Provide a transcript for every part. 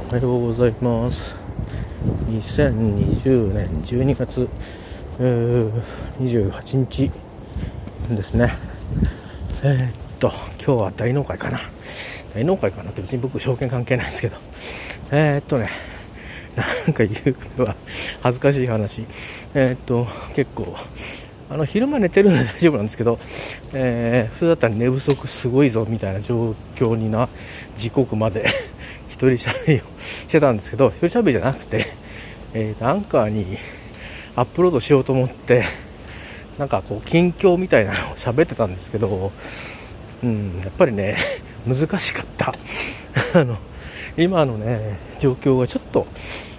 おはようございます。2020年12月28日ですね。今日は大納会かなって別に僕証券関係ないですけど、なんか言うのは恥ずかしい話。結構昼間寝てるので大丈夫なんですけど、普通だったら寝不足すごいぞみたいな状況にな時刻まで一人喋りをしてたんですけど、一人喋りじゃなくて、アンカーにアップロードしようと思ってなんかこう近況みたいなのを喋ってたんですけど、やっぱりね難しかった今のね状況がちょっと、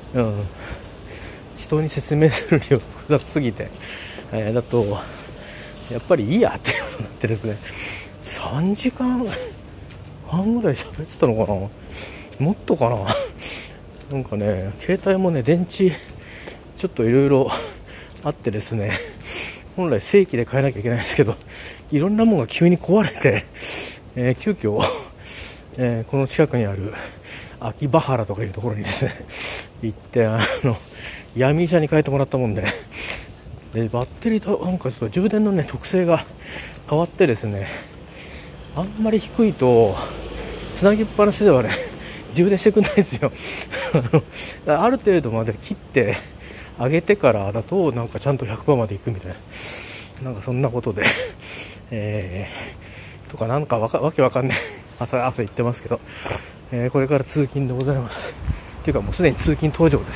人に説明するには複雑すぎて、だとやっぱりいいやっていうことになってですね、3時間半ぐらい喋ってたのかな、もっとかななんかね、携帯もね電池ちょっといろいろあってですね、本来正規で変えなきゃいけないんですけど、いろんなものが急に壊れて、急遽、この近くにある秋葉原とかいうところにですね行って闇医者に変えてもらったもんで、バッテリーとなんかちょっと充電のね特性が変わってですね、あんまり低いとつなぎっぱなしではね充電してくんないですよある程度まで切って上げてからだとなんかちゃんと 100% までいくみたいな、なんかそんなことでとかなんかわけわかんない朝言ってますけど、これから通勤でございますっていうかもうすでに通勤途上です。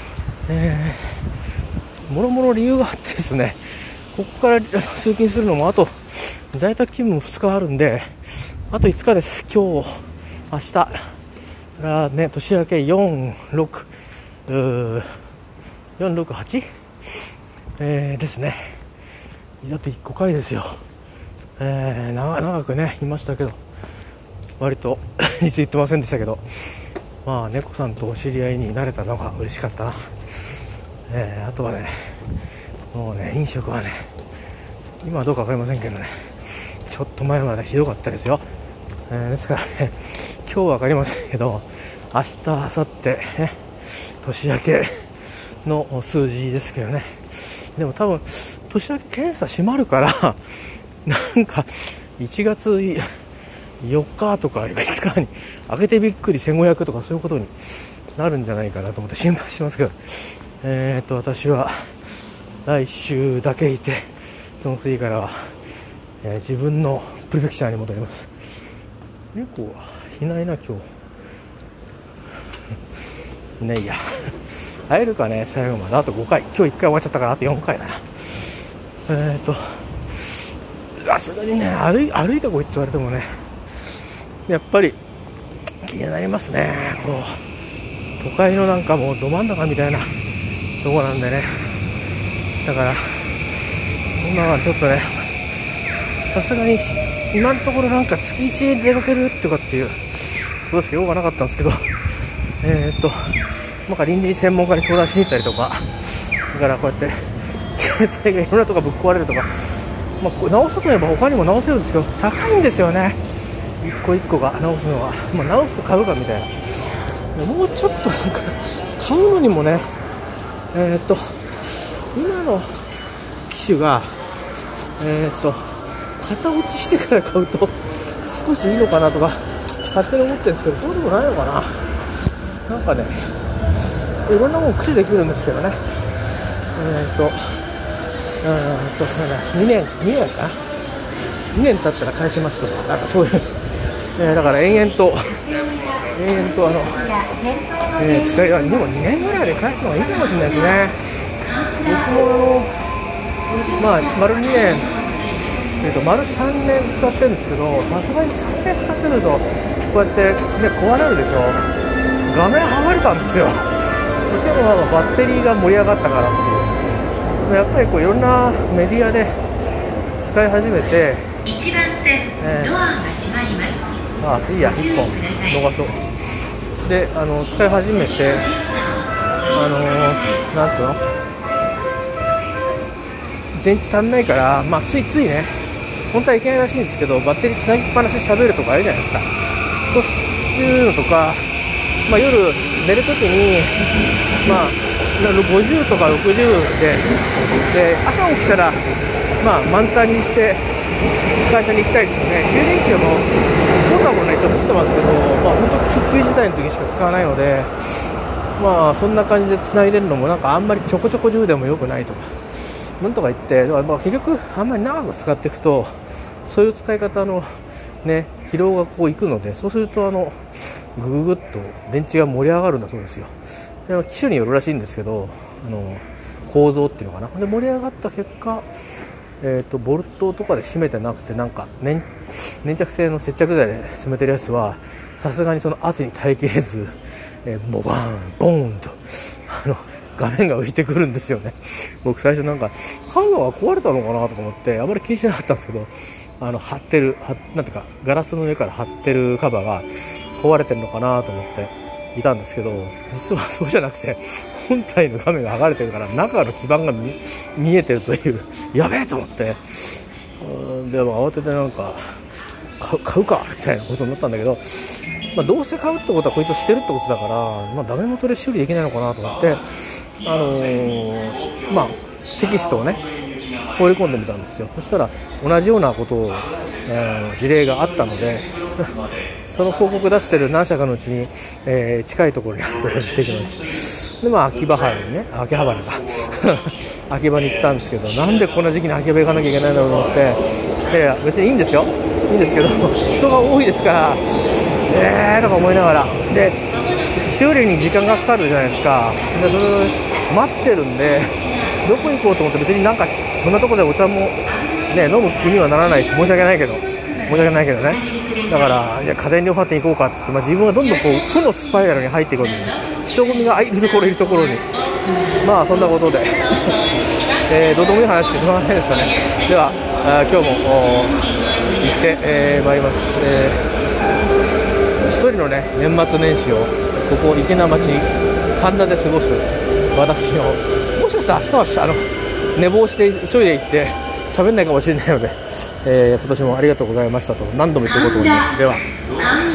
もろもろ理由があってですね、ここから通勤するのもあと在宅勤務2日あるんで、あと5日です。今日明日からね、年明け468、ですね。だって5回ですよ。長くねいましたけど、割といつ言ってませんでしたけど、まあ猫さんとお知り合いになれたのが嬉しかったな。あとはね、もうね飲食はね今はどうか分かりませんけどね、ちょっと前までひどかったですよ。ですからね、今日は分かりませんけど、明日明後日ね年明けの数字ですけどね。でも多分年明け検査閉まるからなんか1月4日とか5日に開けてびっくり1500とかそういうことになるんじゃないかなと思って心配してますけど、私は来週だけいて、その次からは、自分のプレフェクチャーに戻ります。猫はいないな今日ね。いや会えるかね、最後まであと5回、今日1回終わっちゃったからあと4回だな。さすがにね歩いてこいって言われてもね、やっぱり気になりますね。こう都会のなんかもうど真ん中みたいなとこなんでね、だから今はちょっとね、さすがに今のところなんか月1で出かけるとかっていうことしか用がなかったんですけど、なんか臨時に専門家に相談しに行ったりとか、だからこうやって携帯がいろんなとこぶっ壊れるとか、直そうと思えば他にも直せるんですけど高いんですよね、一個一個が直すのは。直すか買うかみたいな。もうちょっとなんか買うのにもね、今の機種が型落ちしてから買うと少しいいのかなとか勝手に思ってるんですけど、どうでもないのかな。なんかねいろんなもの駆使できるんですけどね、2年かな、2年経ったら返しますとか、なんかそういう、だから延々と使いはでも2年ぐらいで返すのがいいかもしれないですね。僕も丸2年、丸3年使ってるんですけど、さすがに3年使ってるとこうやってね壊れるでしょ。画面剥がれたんですよ。っていうのはバッテリーが盛り上がったからっていう。やっぱりこういろんなメディアで使い始めて、 1番線、ドアが閉まります。 いいや、1本逃そうで使い始めて、なんつうの、電池足んないから、ついついね、本当はいけないらしいんですけど、バッテリーつなぎっぱなしで喋るとかあるじゃないですか。そういうのとか、 夜寝るときに、50とか60で朝起きたら、満タンにして会社に行きたいですよね。10連休のコータもね、ちょっと持ってますけど、本当に緊急事態の時しか使わないので、そんな感じで繋いでるのもなんかあんまりちょこちょこ充電も良くないとかなんとか言って、結局あんまり長く使っていくとそういう使い方のね疲労がこういくので、そうするとぐぐっと電池が盛り上がるんだそうですよ。で機種によるらしいんですけど、構造っていうのかな。で盛り上がった結果、ボルトとかで締めてなくて、なんか粘着性の接着剤で詰めてるやつはさすがにその圧に耐えきれず、ボガーンボーンと画面が浮いてくるんですよね。僕最初なんかカバーが壊れたのかなとか思ってあまり気にしなかったんですけど、貼ってるなんていうかガラスの上から貼ってるカバーが壊れてるのかなと思っていたんですけど、実はそうじゃなくて本体の画面が剥がれてるから中の基板が見えてるというやべえと思って、で慌ててなんか買うかみたいなことになったんだけど、どうせ買うってことはこいつしてるってことだから、ダメ元で修理できないのかなと思って、テキストをね放り込んでみたんですよ。そしたら同じようなことを、事例があったのでその広告出してる何社かのうちに、近いところにあるところに出てきました。で秋葉原にね、秋葉原か秋葉に行ったんですけど、なんでこんな時期に秋葉行かなきゃいけないんだろうと思って、別にいいんですよ、いいんですけど人が多いですからとか思いながら、で修理に時間がかかるじゃないですか。でそれを待ってるんでどこ行こうと思って、別になんかそんなとこでお茶もね飲む気にはならないし、申し訳ないけどね。だから家電量販店行こうかって言って、自分はどんどんこう負のスパイラルに入っていくのに、人混みがいるところにそんなことでどうでもいい話してしまわないですかね。では今日も行ってまいります。一人のね年末年始をここ池名町神田で過ごす私の、もしかしたら明日は寝坊して急いで行って喋んないかもしれないので、今年もありがとうございましたと何度も言っておこうと思います。では。